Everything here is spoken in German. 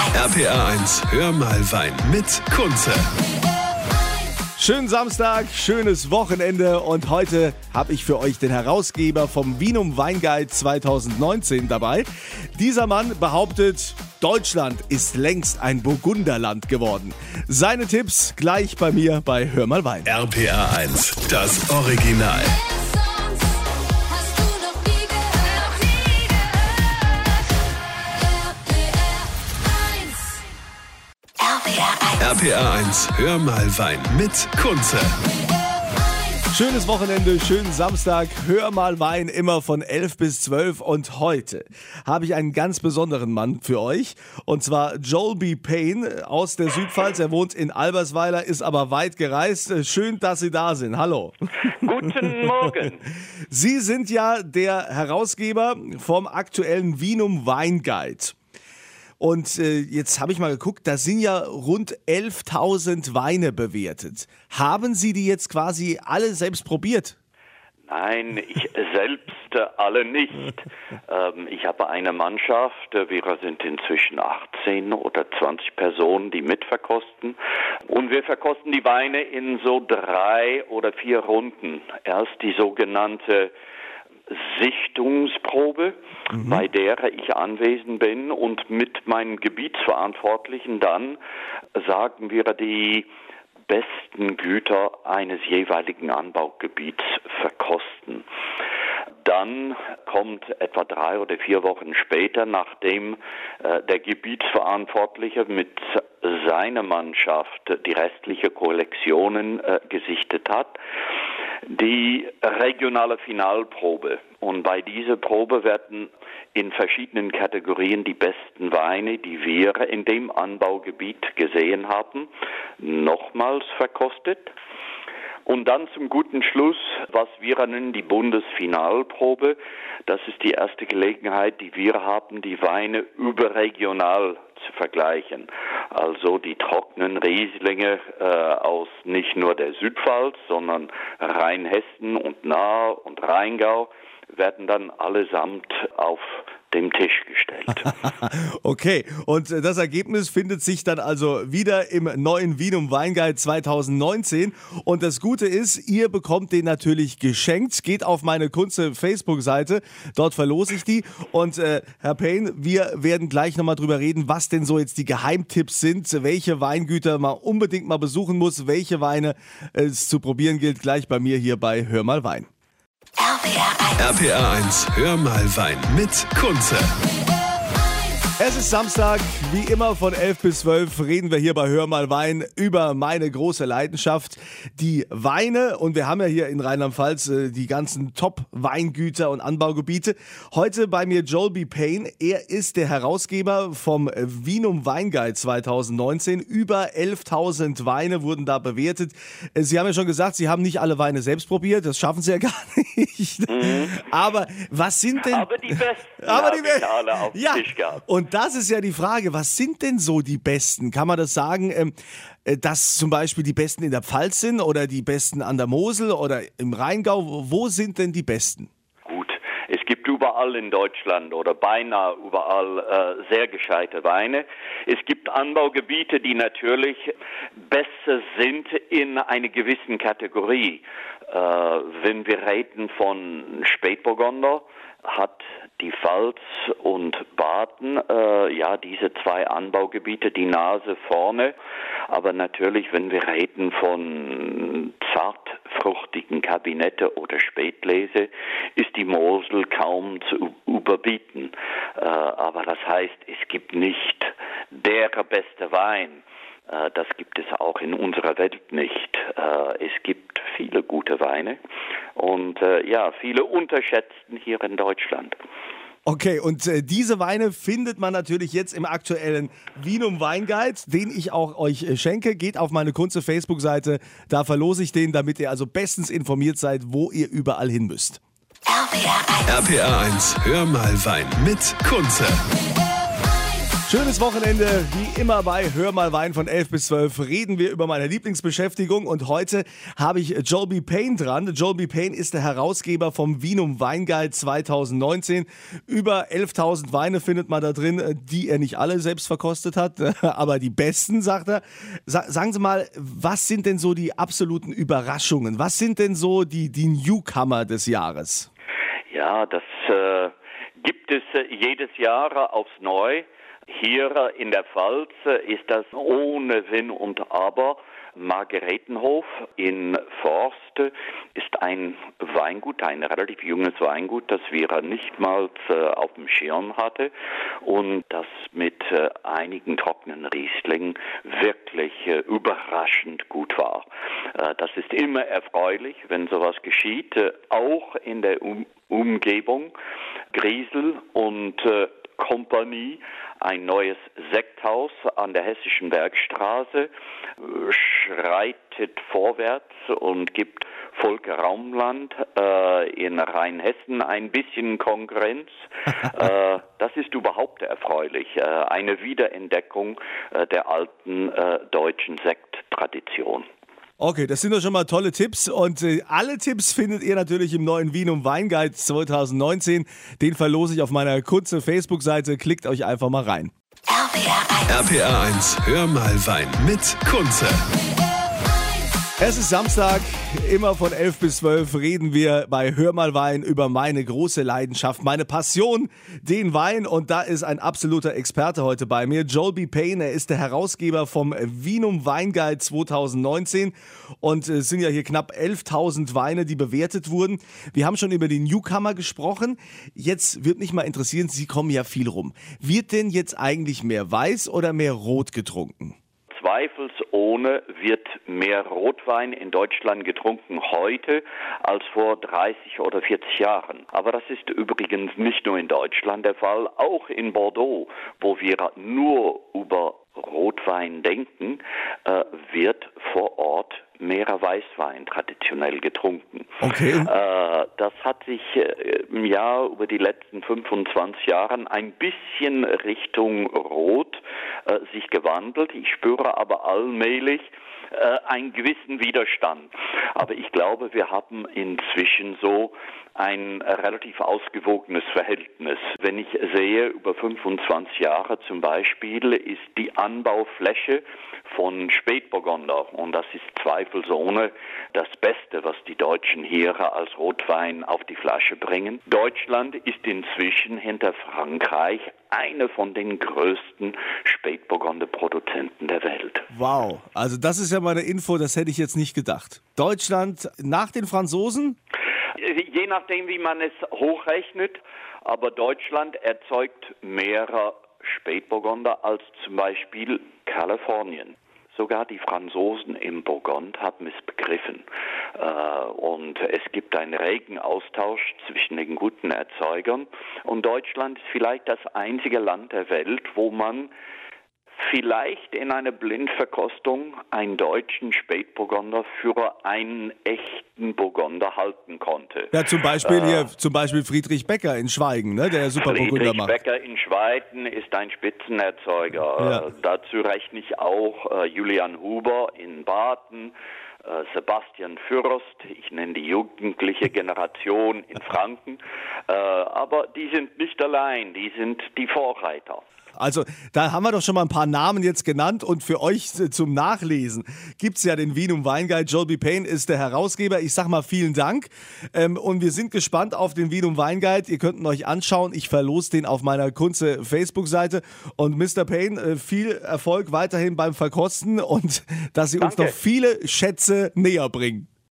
RPR 1, hör mal Wein mit Kunze. Schönen Samstag, schönes Wochenende und heute habe ich für euch den Herausgeber vom Vinum Weinguide 2019 dabei. Dieser Mann behauptet, Deutschland ist längst ein Burgunderland geworden. Seine Tipps gleich bei mir bei Hör mal Wein. RPR 1, das Original. RPR 1, hör mal Wein mit Kunze. Schönes Wochenende, schönen Samstag, hör mal Wein, immer von 11 bis 12 und heute habe ich einen ganz besonderen Mann für euch und zwar Joel B. Payne aus der Südpfalz. Er wohnt in Albersweiler, ist aber weit gereist. Schön, dass Sie da sind. Hallo. Guten Morgen. Sie sind ja der Herausgeber vom aktuellen Vinum Weinguide. Und jetzt habe ich mal geguckt, da sind ja rund 11.000 Weine bewertet. Haben Sie die jetzt quasi alle selbst probiert? Nein, ich selbst alle nicht. Ich habe eine Mannschaft, wir sind inzwischen 18 oder 20 Personen, die mitverkosten. Und wir verkosten die Weine in so 3 oder 4 Runden. Erst die sogenannte Sichtungsprobe, bei der ich anwesend bin und mit meinem Gebietsverantwortlichen dann sagen wir die besten Güter eines jeweiligen Anbaugebiets verkosten. Dann kommt etwa 3 oder 4 Wochen später, nachdem der Gebietsverantwortliche mit seiner Mannschaft die restliche Kollektionen gesichtet hat, die regionale Finalprobe. Und bei dieser Probe werden in verschiedenen Kategorien die besten Weine, die wir in dem Anbaugebiet gesehen haben, nochmals verkostet. Und dann zum guten Schluss, was wir nennen die Bundesfinalprobe. Das ist die erste Gelegenheit, die wir haben, die Weine überregional zu vergleichen. Also die trockenen Rieslinge aus nicht nur der Südpfalz, sondern Rheinhessen und Nahe und Rheingau werden dann allesamt auf dem Tisch gestellt. Okay, und das Ergebnis findet sich dann also wieder im neuen Vinum Weinguide 2019. Und das Gute ist, ihr bekommt den natürlich geschenkt. Geht auf meine Kunze Facebook-Seite, dort verlose ich die. Und Herr Payne, wir werden gleich nochmal drüber reden, was denn so jetzt die Geheimtipps sind, welche Weingüter man unbedingt mal besuchen muss, welche Weine es zu probieren gilt, gleich bei mir hier bei Hör mal Wein. RPR 1, hör mal Wein mit Kunze. Es ist Samstag, wie immer von 11 bis 12 reden wir hier bei Hör mal Wein über meine große Leidenschaft, die Weine. Und wir haben ja hier in Rheinland-Pfalz die ganzen Top-Weingüter und Anbaugebiete. Heute bei mir Joel B. Payne. Er ist der Herausgeber vom Vinum Weinguide 2019. Über 11.000 Weine wurden da bewertet. Sie haben ja schon gesagt, Sie haben nicht alle Weine selbst probiert. Das schaffen Sie ja gar nicht. Aber was sind denn... Aber die besten habe ich alle auf dem Tisch gehabt. Und das ist ja die Frage, was sind denn so die Besten? Kann man das sagen, dass zum Beispiel die Besten in der Pfalz sind oder die Besten an der Mosel oder im Rheingau? Wo sind denn die Besten? Gut, es gibt überall in Deutschland oder beinahe überall sehr gescheite Weine. Es gibt Anbaugebiete, die natürlich besser sind in einer gewissen Kategorie. Wenn wir reden von Spätburgunder, hat die Pfalz und Baden, diese 2 Anbaugebiete, die Nase vorne. Aber natürlich, wenn wir reden von zartfruchtigen Kabinette oder Spätlese, ist die Mosel kaum zu überbieten. Aber das heißt, es gibt nicht der beste Wein. Das gibt es auch in unserer Welt nicht. Es gibt viele gute Weine und viele unterschätzten hier in Deutschland. Okay, und diese Weine findet man natürlich jetzt im aktuellen Vinum Weinguide, den ich auch euch schenke. Geht auf meine Kunze Facebook-Seite, da verlose ich den, damit ihr also bestens informiert seid, wo ihr überall hin müsst. RPR 1, hör mal Wein mit Kunze. Schönes Wochenende, wie immer bei Hör mal Wein von 11 bis 12 reden wir über meine Lieblingsbeschäftigung und heute habe ich Joel B. Payne dran. Joel B. Payne ist der Herausgeber vom Vinum Weinguide 2019. Über 11.000 Weine findet man da drin, die er nicht alle selbst verkostet hat, aber die besten, sagt er. Sagen Sie mal, was sind denn so die absoluten Überraschungen? Was sind denn so die Newcomer des Jahres? Ja, das gibt es jedes Jahr aufs Neue. Hier in der Pfalz ist das ohne Wenn und Aber. Margaretenhof in Forst ist ein Weingut, ein relativ junges Weingut, das wir nicht mal auf dem Schirm hatte und das mit einigen trockenen Rieslingen wirklich überraschend gut war. Das ist immer erfreulich, wenn sowas geschieht, auch in der Umgebung. Griesel und Kompanie, ein neues Sekthaus an der Hessischen Bergstraße, schreitet vorwärts und gibt Volker Raumland in Rheinhessen ein bisschen Konkurrenz. Das ist überhaupt erfreulich. Eine Wiederentdeckung der alten deutschen Sekttradition. Okay, das sind doch schon mal tolle Tipps und alle Tipps findet ihr natürlich im neuen Vinum Weinguide 2019. Den verlose ich auf meiner Kunze Facebook-Seite. Klickt euch einfach mal rein. RPA 1, Hör mal Wein mit Kunze. Es ist Samstag, immer von 11 bis 12 reden wir bei Hör mal Wein über meine große Leidenschaft, meine Passion, den Wein. Und da ist ein absoluter Experte heute bei mir, Joel B. Payne. Er ist der Herausgeber vom Vinum Weinguide 2019 und es sind ja hier knapp 11.000 Weine, die bewertet wurden. Wir haben schon über die Newcomer gesprochen. Jetzt würde mich mal interessieren, Sie kommen ja viel rum. Wird denn jetzt eigentlich mehr Weiß oder mehr Rot getrunken? Zweifelsohne wird mehr Rotwein in Deutschland getrunken heute als vor 30 oder 40 Jahren. Aber das ist übrigens nicht nur in Deutschland der Fall, auch in Bordeaux, wo wir nur über Rotwein denken, wird vor Ort mehrer Weißwein traditionell getrunken. Okay. Das hat sich im Jahr über die letzten 25 Jahren ein bisschen Richtung Rot sich gewandelt. Ich spüre aber allmählich einen gewissen Widerstand. Aber ich glaube, wir haben inzwischen so ein relativ ausgewogenes Verhältnis. Wenn ich sehe, über 25 Jahre zum Beispiel ist die Anbaufläche von Spätburgunder, und das ist zweifelsohne das Beste, was die Deutschen hier als Rotwein auf die Flasche bringen. Deutschland ist inzwischen hinter Frankreich eine von den größten Spätburgunder-Produzenten der Welt. Wow, also das ist ja mal eine Info, das hätte ich jetzt nicht gedacht. Deutschland nach den Franzosen? Je nachdem, wie man es hochrechnet, aber Deutschland erzeugt mehr Spätburgunder als zum Beispiel Kalifornien. Sogar die Franzosen im Burgund haben es begriffen. Und es gibt einen regen Austausch zwischen den guten Erzeugern. Und Deutschland ist vielleicht das einzige Land der Welt, wo man vielleicht in einer Blindverkostung einen deutschen Spätburgunder für einen echten Burgunder halten konnte. Ja, zum Beispiel Friedrich Becker in Schweigen, ne, der super Burgunder macht. Friedrich Becker in Schweiden ist ein Spitzenerzeuger. Ja. Dazu rechne ich auch Julian Huber in Baden, Sebastian Fürst, ich nenne die jugendliche Generation in Franken. Aber die sind nicht allein, die sind die Vorreiter. Also da haben wir doch schon mal ein paar Namen jetzt genannt und für euch zum Nachlesen gibt es ja den Vinum Weinguide. Joel B. Payne ist der Herausgeber. Ich sag mal vielen Dank und wir sind gespannt auf den Vinum Weinguide. Ihr könnt ihn euch anschauen. Ich verlose den auf meiner Kunze Facebook-Seite und Mr. Payne, viel Erfolg weiterhin beim Verkosten und dass Sie uns noch viele Schätze näher bringen.